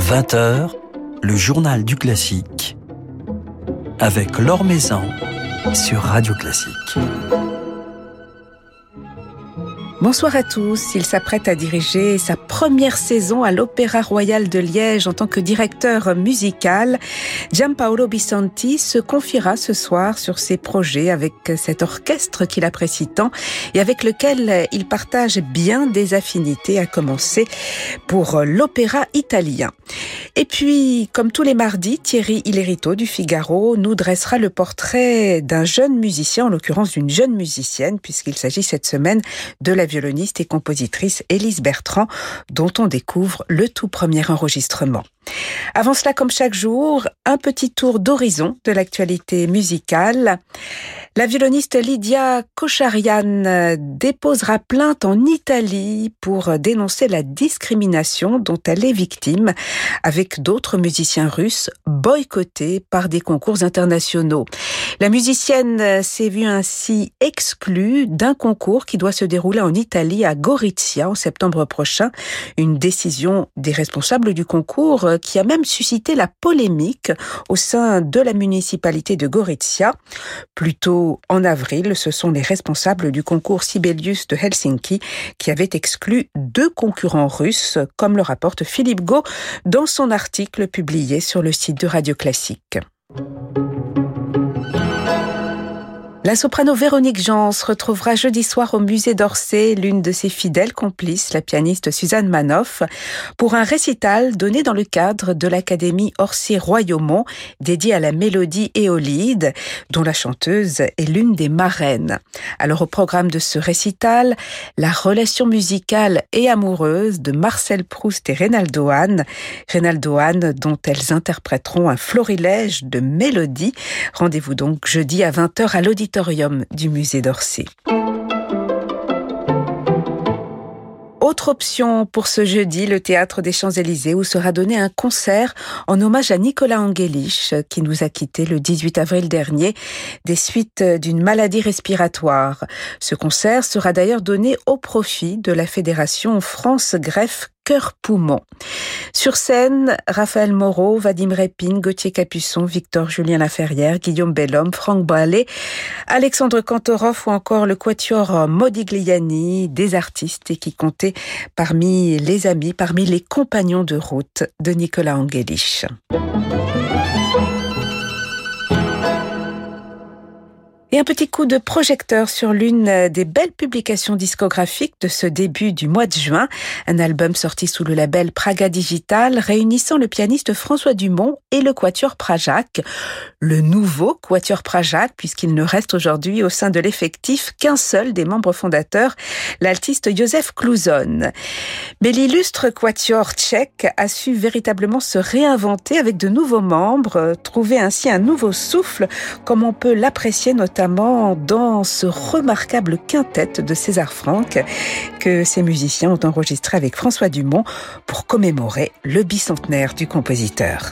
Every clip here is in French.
20h, le journal du classique avec Laure Maison sur Radio Classique. Bonsoir à tous. Il s'apprête à diriger sa première saison à l'Opéra Royal de Liège en tant que directeur musical. Giampaolo Bisanti se confiera ce soir sur ses projets avec cet orchestre qu'il apprécie tant et avec lequel il partage bien des affinités, à commencer pour l'opéra italien. Et puis, comme tous les mardis, Thierry Ilerito du Figaro nous dressera le portrait d'un jeune musicien, en l'occurrence d'une jeune musicienne, puisqu'il s'agit cette semaine de la violoniste et compositrice Élise Bertrand, dont on découvre le tout premier enregistrement. Avant cela, comme chaque jour, un petit tour d'horizon de l'actualité musicale. La violoniste Lydia Kocharian déposera plainte en Italie pour dénoncer la discrimination dont elle est victime, avec d'autres musiciens russes boycottés par des concours internationaux. La musicienne s'est vue ainsi exclue d'un concours qui doit se dérouler en Italie, à Gorizia, en septembre prochain. Une décision des responsables du concours qui a même suscité la polémique au sein de la municipalité de Gorizia. Plus tôt en avril, ce sont les responsables du concours Sibelius de Helsinki qui avaient exclu 2 concurrents russes, comme le rapporte Philippe Gau dans son article publié sur le site de Radio Classique. La soprano Véronique Jans retrouvera jeudi soir au musée d'Orsay l'une de ses fidèles complices, la pianiste Suzanne Manoff, pour un récital donné dans le cadre de l'Académie Orsay-Royaumont, dédiée à la mélodie éolide, dont la chanteuse est l'une des marraines. Alors au programme de ce récital, la relation musicale et amoureuse de Marcel Proust et Reynaldo Hahn, dont elles interpréteront un florilège de mélodies. Rendez-vous donc jeudi à 20h à l'auditorium du musée d'Orsay. Autre option pour ce jeudi, le Théâtre des Champs-Élysées, où sera donné un concert en hommage à Nicolas Angelich, qui nous a quittés le 18 avril dernier des suites d'une maladie respiratoire. Ce concert sera d'ailleurs donné au profit de la Fédération France-Greffe Cœur-Poumon. Sur scène, Raphaël Moreau, Vadim Repin, Gauthier Capuçon, Victor Julien Laferrière, Guillaume Bellhomme, Franck Ballet, Alexandre Kantorov ou encore le quatuor Modigliani, des artistes et qui comptaient parmi les amis, parmi les compagnons de route de Nicolas Angelich. Et un petit coup de projecteur sur l'une des belles publications discographiques de ce début du mois de juin. Un album sorti sous le label Praga Digital, réunissant le pianiste François Dumont et le quatuor Prajac. Le nouveau quatuor Prajac, puisqu'il ne reste aujourd'hui au sein de l'effectif qu'un seul des membres fondateurs, l'altiste Josef Klouzon. Mais l'illustre quatuor tchèque a su véritablement se réinventer avec de nouveaux membres, trouver ainsi un nouveau souffle, comme on peut l'apprécier notamment dans ce remarquable quintet de César Franck que ces musiciens ont enregistré avec François Dumont pour commémorer le bicentenaire du compositeur.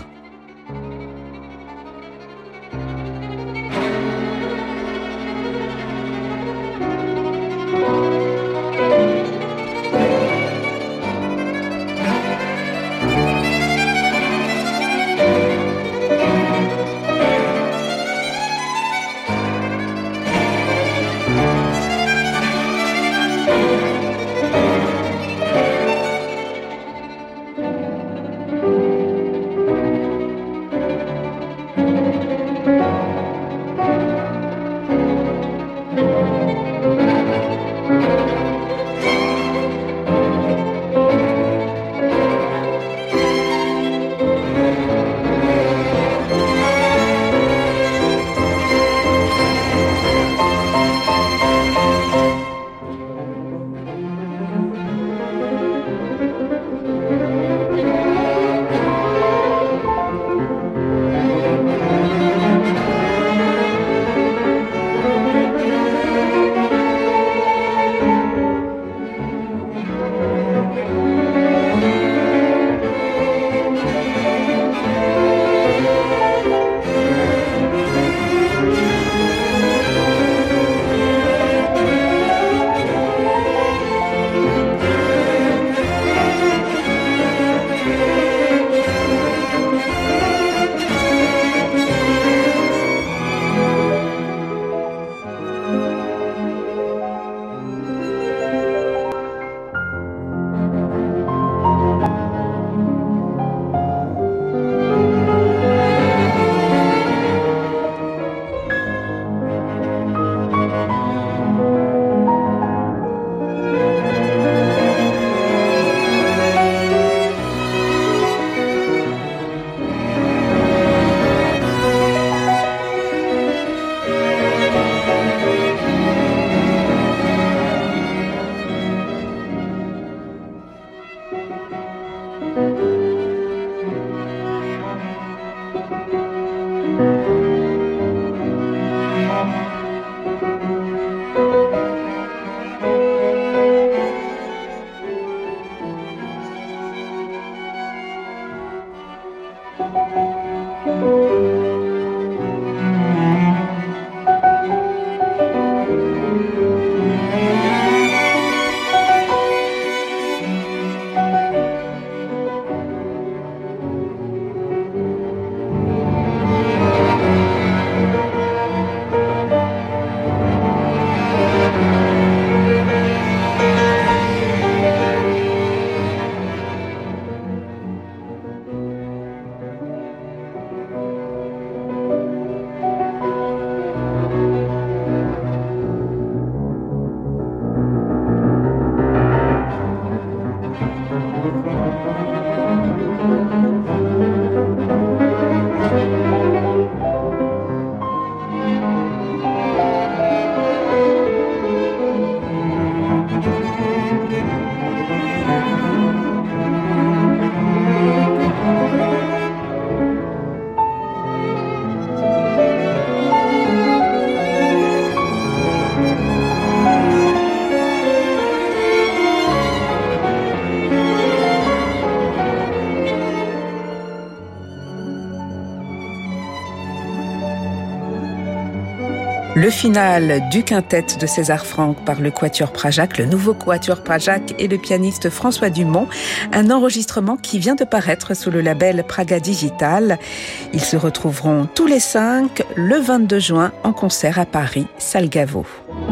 Le final du quintet de César Franck par le Quatuor Prajac, le nouveau Quatuor Prajac et le pianiste François Dumont, un enregistrement qui vient de paraître sous le label Praga Digital. Ils se retrouveront tous les 5 le 22 juin en concert à Paris, salle Gaveau.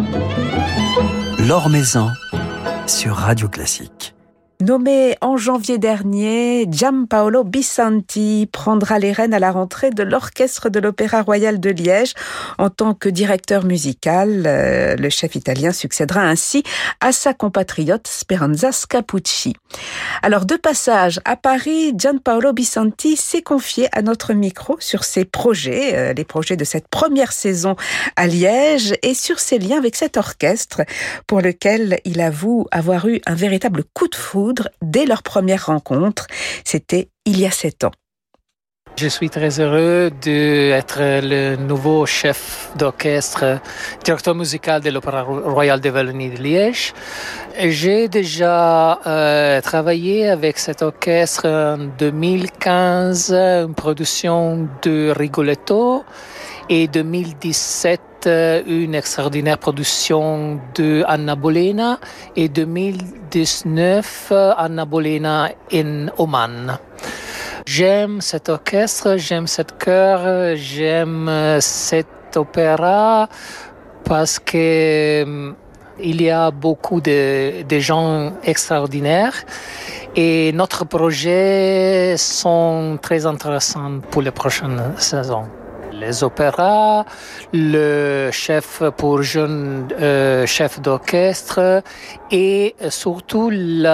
Laure Maison sur Radio Classique. Nommé en janvier dernier, Giampaolo Bisanti prendra les rênes à la rentrée de l'Orchestre de l'Opéra Royal de Liège en tant que directeur musical. Le chef italien succédera ainsi à sa compatriote Speranza Scapucci. Alors, de passage à Paris, Giampaolo Bisanti s'est confié à notre micro sur ses projets, les projets de cette première saison à Liège et sur ses liens avec cet orchestre pour lequel il avoue avoir eu un véritable coup de foudre dès leur première rencontre. C'était il y a 7 ans. Je suis très heureux d'être le nouveau chef d'orchestre, directeur musical de l'Opéra Royal de Wallonie de Liège. J'ai déjà travaillé avec cet orchestre en 2015, une production de Rigoletto, et 2017, une extraordinaire production de Anna Bolena, et 2019, Anna Bolena en Oman. J'aime cet orchestre, j'aime cet chœur, j'aime cet opéra parce que il y a beaucoup de gens extraordinaires et notre projet sont très intéressants pour les prochaines saisons. Les opéras, le chef pour jeunes chefs d'orchestre et surtout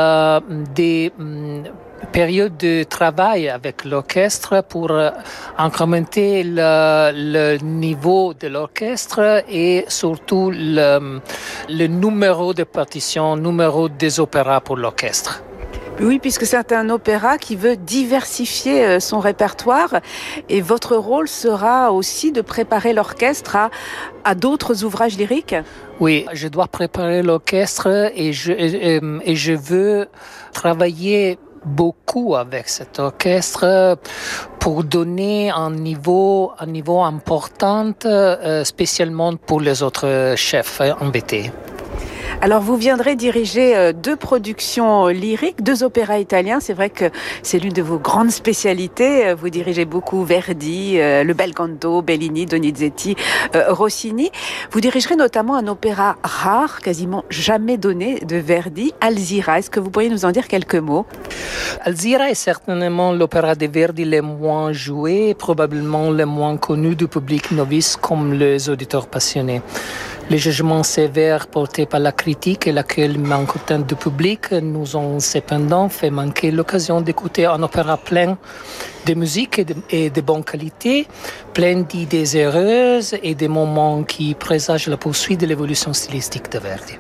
des périodes de travail avec l'orchestre pour incrémenter le niveau de l'orchestre et surtout le numéro de partitions, numéro des opéras pour l'orchestre. Oui, puisque c'est un opéra qui veut diversifier son répertoire et votre rôle sera aussi de préparer l'orchestre à d'autres ouvrages lyriques. Oui, je dois préparer l'orchestre et je veux travailler beaucoup avec cet orchestre pour donner un niveau important, spécialement pour les autres chefs invités. Alors, vous viendrez diriger 2 productions lyriques, 2 opéras italiens. C'est vrai que c'est l'une de vos grandes spécialités. Vous dirigez beaucoup Verdi, le Bel Canto, Bellini, Donizetti, Rossini. Vous dirigerez notamment un opéra rare, quasiment jamais donné, de Verdi, Alzira. Est-ce que vous pourriez nous en dire quelques mots? Alzira est certainement l'opéra de Verdi le moins joué, probablement le moins connu du public novice comme les auditeurs passionnés. Les jugements sévères portés par la critique et l'accueil manquant du public nous ont cependant fait manquer l'occasion d'écouter un opéra plein de musique et de bonne qualité, plein d'idées heureuses et de moments qui présagent la poursuite de l'évolution stylistique de Verdi.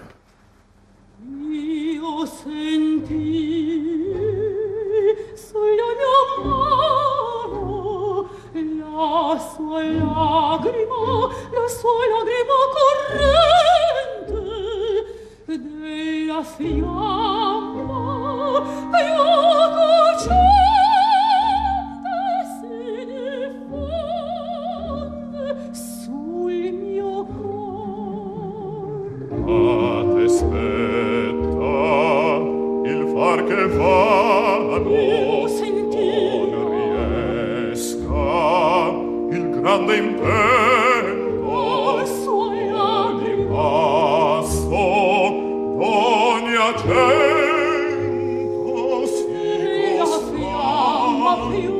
La sua lagrima corrente della fiamma io cocente si diffonde sul mio cuore. Ma te spetta il far che vado non riesca il grande impegno di passo d'ogni accento si fiamma più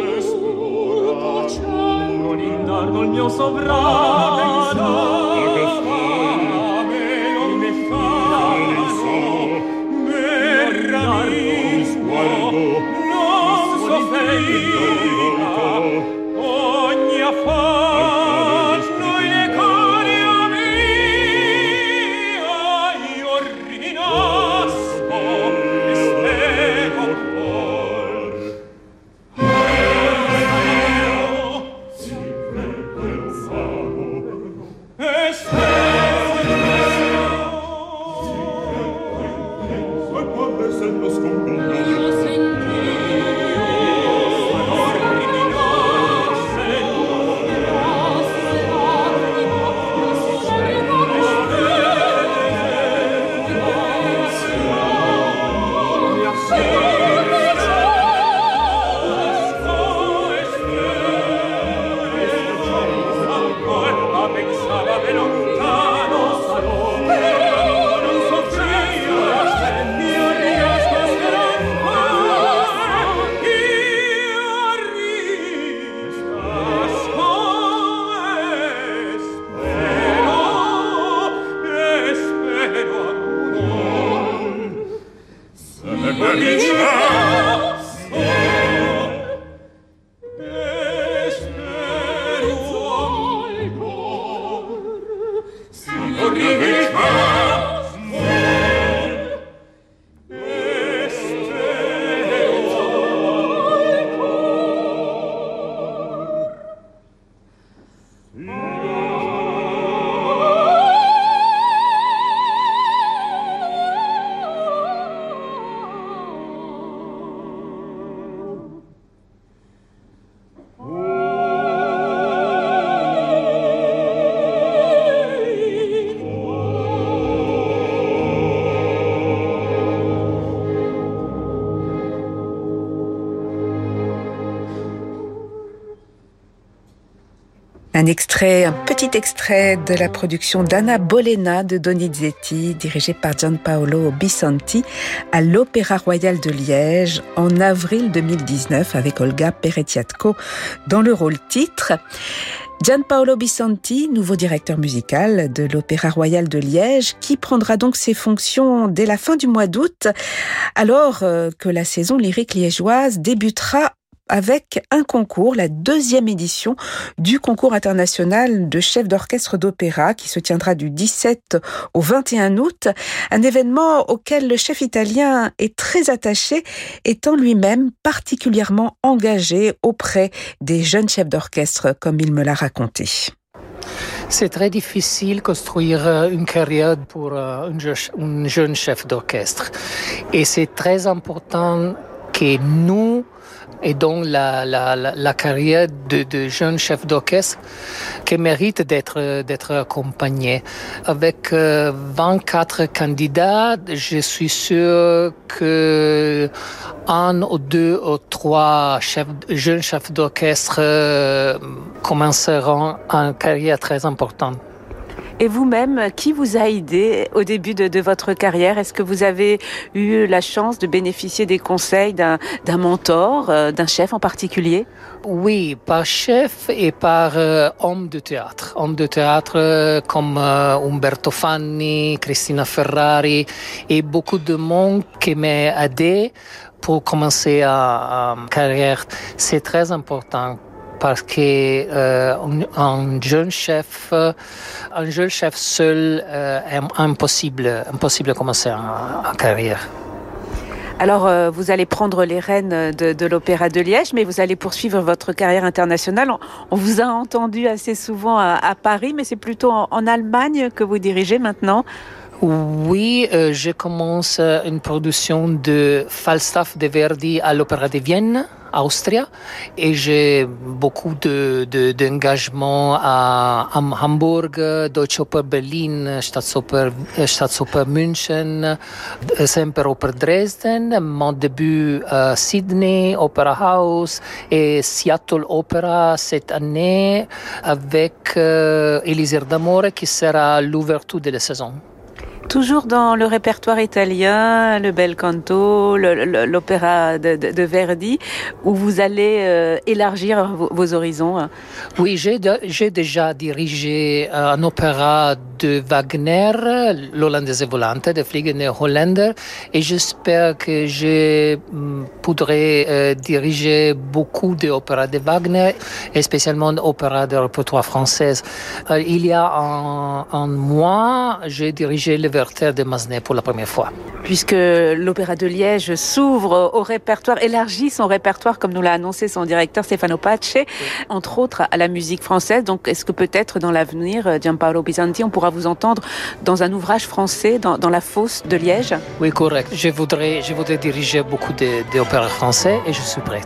docente non indarno il mio sovrano che fame non mi fanno merranismo non soffrire ogni affanno in econia mia io rinasco e spero cor si pensavo e spero e quando essendo scomposto io sentio Un petit extrait de la production d'Anna Bolena de Donizetti, dirigée par Gianpaolo Bisanti à l'Opéra Royal de Liège en avril 2019 avec Olga Peretiatko dans le rôle titre. Gianpaolo Bisanti, nouveau directeur musical de l'Opéra Royal de Liège, qui prendra donc ses fonctions dès la fin du mois d'août, alors que la saison lyrique liégeoise débutera avec un concours, la 2e édition du concours international de chefs d'orchestre d'opéra qui se tiendra du 17 au 21 août, un événement auquel le chef italien est très attaché, étant lui-même particulièrement engagé auprès des jeunes chefs d'orchestre, comme il me l'a raconté. C'est très difficile de construire une carrière pour un jeune chef d'orchestre. Et c'est très important que nous aidons la carrière de jeunes chefs d'orchestre qui méritent d'être accompagnés. Avec 24 candidats, je suis sûr que 1 ou 2 ou 3 jeunes chefs d'orchestre commenceront une carrière très importante. Et vous-même, qui vous a aidé au début de votre carrière? Est-ce que vous avez eu la chance de bénéficier des conseils d'un mentor, d'un chef en particulier? Oui, par chef et par homme de théâtre. Homme de théâtre comme Umberto Fanni, Cristina Ferrari et beaucoup de monde qui m'a aidé pour commencer une carrière. C'est très important. Parce que un jeune chef seul est impossible de commencer une carrière. Alors, vous allez prendre les rênes de l'Opéra de Liège, mais vous allez poursuivre votre carrière internationale. On vous a entendu assez souvent à Paris, mais c'est plutôt en Allemagne que vous dirigez maintenant. Oui, je commence une production de Falstaff de Verdi à l'Opéra de Vienne, Austria, et j'ai beaucoup d'engagement à Hamburg, Deutsche Oper Berlin, Staatsoper München, Semperoper Dresden, mon début à Sydney, Opera House et Seattle Opera cette année avec Elisir d'Amore qui sera l'ouverture de la saison. Toujours dans le répertoire italien, le bel canto, l'opéra de Verdi, où vous allez élargir vos horizons. Oui, j'ai déjà dirigé un opéra de Wagner, l'Hollandaise volante, de Fliegende Holländer, et j'espère que je pourrai diriger beaucoup d'opéras de Wagner, et spécialement d'opéras de répertoire français. Il y a un mois, j'ai dirigé le Werther de Massenet pour la première fois. Puisque l'Opéra de Liège s'ouvre au répertoire, élargit son répertoire, comme nous l'a annoncé son directeur Stefano Pace, entre autres à la musique française. Donc, est-ce que peut-être dans l'avenir, Gianpaolo Bisanti, on pourra vous entendre dans un ouvrage français, dans la fosse de Liège? Oui, correct. Je voudrais diriger beaucoup d'opéras français et je suis prêt.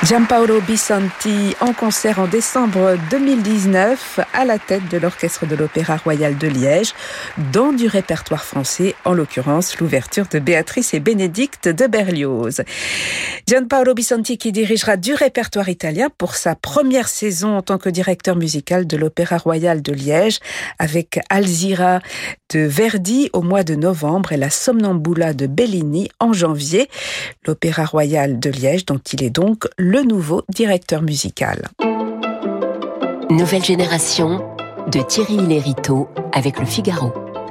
Giampaolo Bisanti en concert en décembre 2019 à la tête de l'Orchestre de l'Opéra Royal de Liège, dans du répertoire français, en l'occurrence l'ouverture de Béatrice et Bénédicte de Berlioz. Giampaolo Bisanti qui dirigera du répertoire italien pour sa première saison en tant que directeur musical de l'Opéra Royal de Liège, avec Alzira de Verdi au mois de novembre et la Somnambula de Bellini en janvier. L'Opéra Royal de Liège dont il est donc le nouveau directeur musical. Nouvelle génération de Thierry Lériteau avec Le Figaro.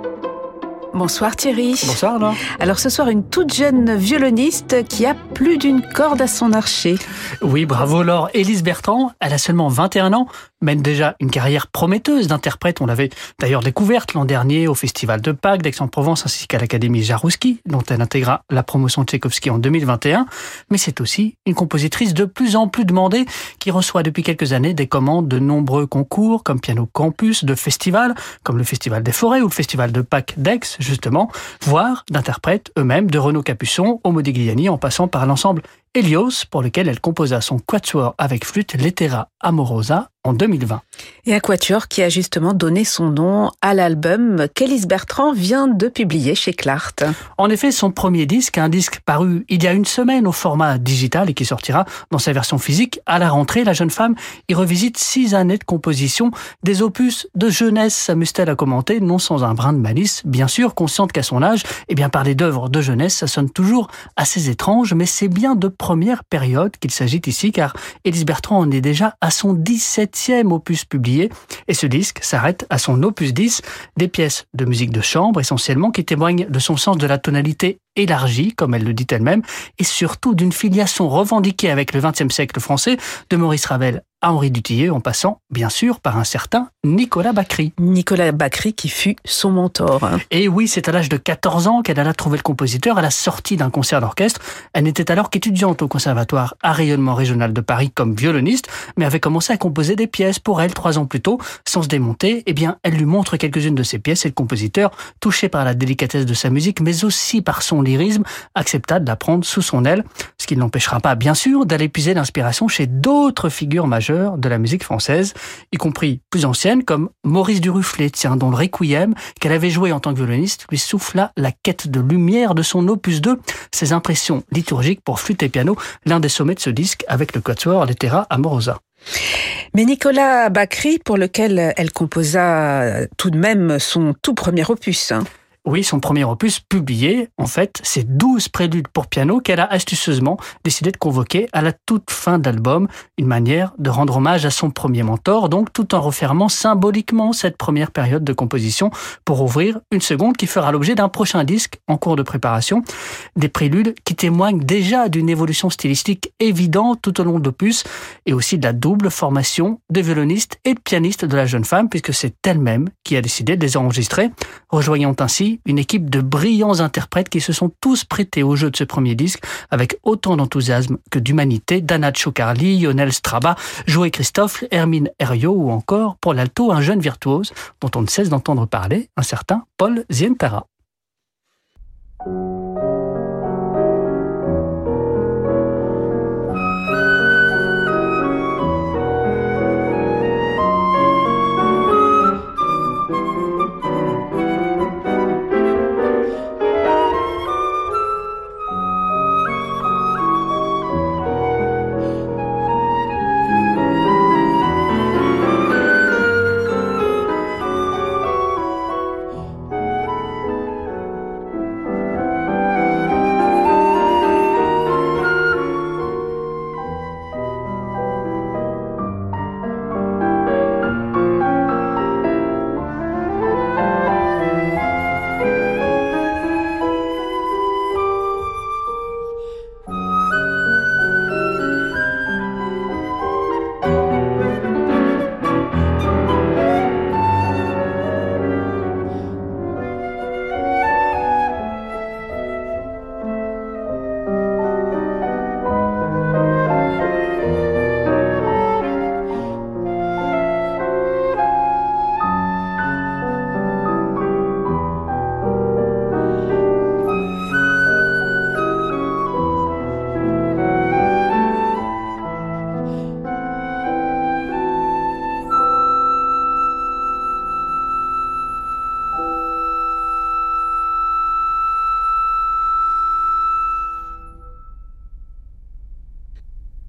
Bonsoir Thierry. Bonsoir Laure. Alors ce soir, une toute jeune violoniste qui a plus d'une corde à son archer. Oui, bravo Laure. Élise Bertrand, elle a seulement 21 ans, mène déjà une carrière prometteuse d'interprète. On l'avait d'ailleurs découverte l'an dernier au Festival de Pâques d'Aix-en-Provence ainsi qu'à l'Académie Jarouski, dont elle intégra la promotion de Tchaïkovski en 2021. Mais c'est aussi une compositrice de plus en plus demandée qui reçoit depuis quelques années des commandes de nombreux concours comme Piano Campus, de festivals comme le Festival des Forêts ou le Festival de Pâques d'Aix, justement, voire d'interprètes eux-mêmes, de Renaud Capuçon au Modigliani en passant par l'ensemble Helios, pour lequel elle composa son quatuor avec flûte Lettera Amorosa en 2020. Et un quatuor qui a justement donné son nom à l'album qu'Élise Bertrand vient de publier chez Clart. En effet, son premier disque, un disque paru il y a une semaine au format digital et qui sortira dans sa version physique à la rentrée, la jeune femme y revisite 6 années de composition, des opus de jeunesse, s'amuse-t-elle à commenter, non sans un brin de malice, bien sûr, consciente qu'à son âge, parler d'œuvres de jeunesse, ça sonne toujours assez étrange, mais c'est bien de première période qu'il s'agit ici, car Élise Bertrand en est déjà à son 17e opus publié, et ce disque s'arrête à son opus 10, des pièces de musique de chambre essentiellement qui témoignent de son sens de la tonalité élargie, comme elle le dit elle-même, et surtout d'une filiation revendiquée avec le XXe siècle français, de Maurice Ravel à Henri Dutilleux, en passant, bien sûr, par un certain Nicolas Bacri. Nicolas Bacri qui fut son mentor. Et oui, c'est à l'âge de 14 ans qu'elle alla trouver le compositeur à la sortie d'un concert d'orchestre. Elle n'était alors qu'étudiante au conservatoire à rayonnement régional de Paris comme violoniste, mais avait commencé à composer des pièces pour elle 3 ans plus tôt, sans se démonter. Elle lui montre quelques-unes de ses pièces et le compositeur, touché par la délicatesse de sa musique, mais aussi par son lyrisme, accepta de la prendre sous son aile, ce qui ne l'empêchera pas, bien sûr, d'aller puiser l'inspiration chez d'autres figures majeures de la musique française, y compris plus anciennes, comme Maurice Duruflé, dont le Requiem, qu'elle avait joué en tant que violoniste, lui souffla la quête de lumière de son opus 2, ses impressions liturgiques pour flûte et piano, l'un des sommets de ce disque avec le quatuor Lettera Amorosa. Mais Nicolas Bacri, pour lequel elle composa tout de même son tout premier opus. Oui, son premier opus publié, en fait, c'est 12 préludes pour piano qu'elle a astucieusement décidé de convoquer à la toute fin de l'album, une manière de rendre hommage à son premier mentor, donc tout en refermant symboliquement cette première période de composition pour ouvrir une seconde qui fera l'objet d'un prochain disque en cours de préparation. Des préludes qui témoignent déjà d'une évolution stylistique évidente tout au long de l'opus et aussi de la double formation de violoniste et de pianiste de la jeune femme, puisque c'est elle-même qui a décidé de les enregistrer, rejoignant ainsi une équipe de brillants interprètes qui se sont tous prêtés au jeu de ce premier disque avec autant d'enthousiasme que d'humanité. Dana Ciocarli, Lionel Straba, Joé Christophe, Hermine Herriot ou encore pour l'alto un jeune virtuose dont on ne cesse d'entendre parler, un certain Paul Zientara.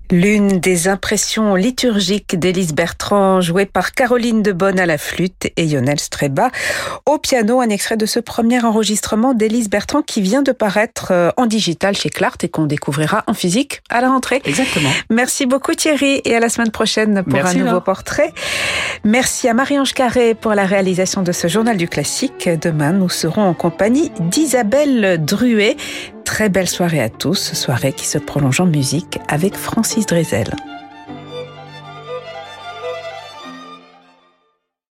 L'une des impressions liturgiques d'Élise Bertrand, jouée par Caroline Debonne à la flûte et Lionel Streba au piano. Un extrait de ce premier enregistrement d'Élise Bertrand qui vient de paraître en digital chez Clart et qu'on découvrira en physique à la rentrée. Exactement. Merci beaucoup Thierry et à la semaine prochaine pour un nouveau portrait. Merci à Marie-Ange Carré pour la réalisation de ce journal du classique. Demain, nous serons en compagnie d'Isabelle Druet. Très belle soirée à tous, soirée qui se prolonge en musique avec Francis Drezel.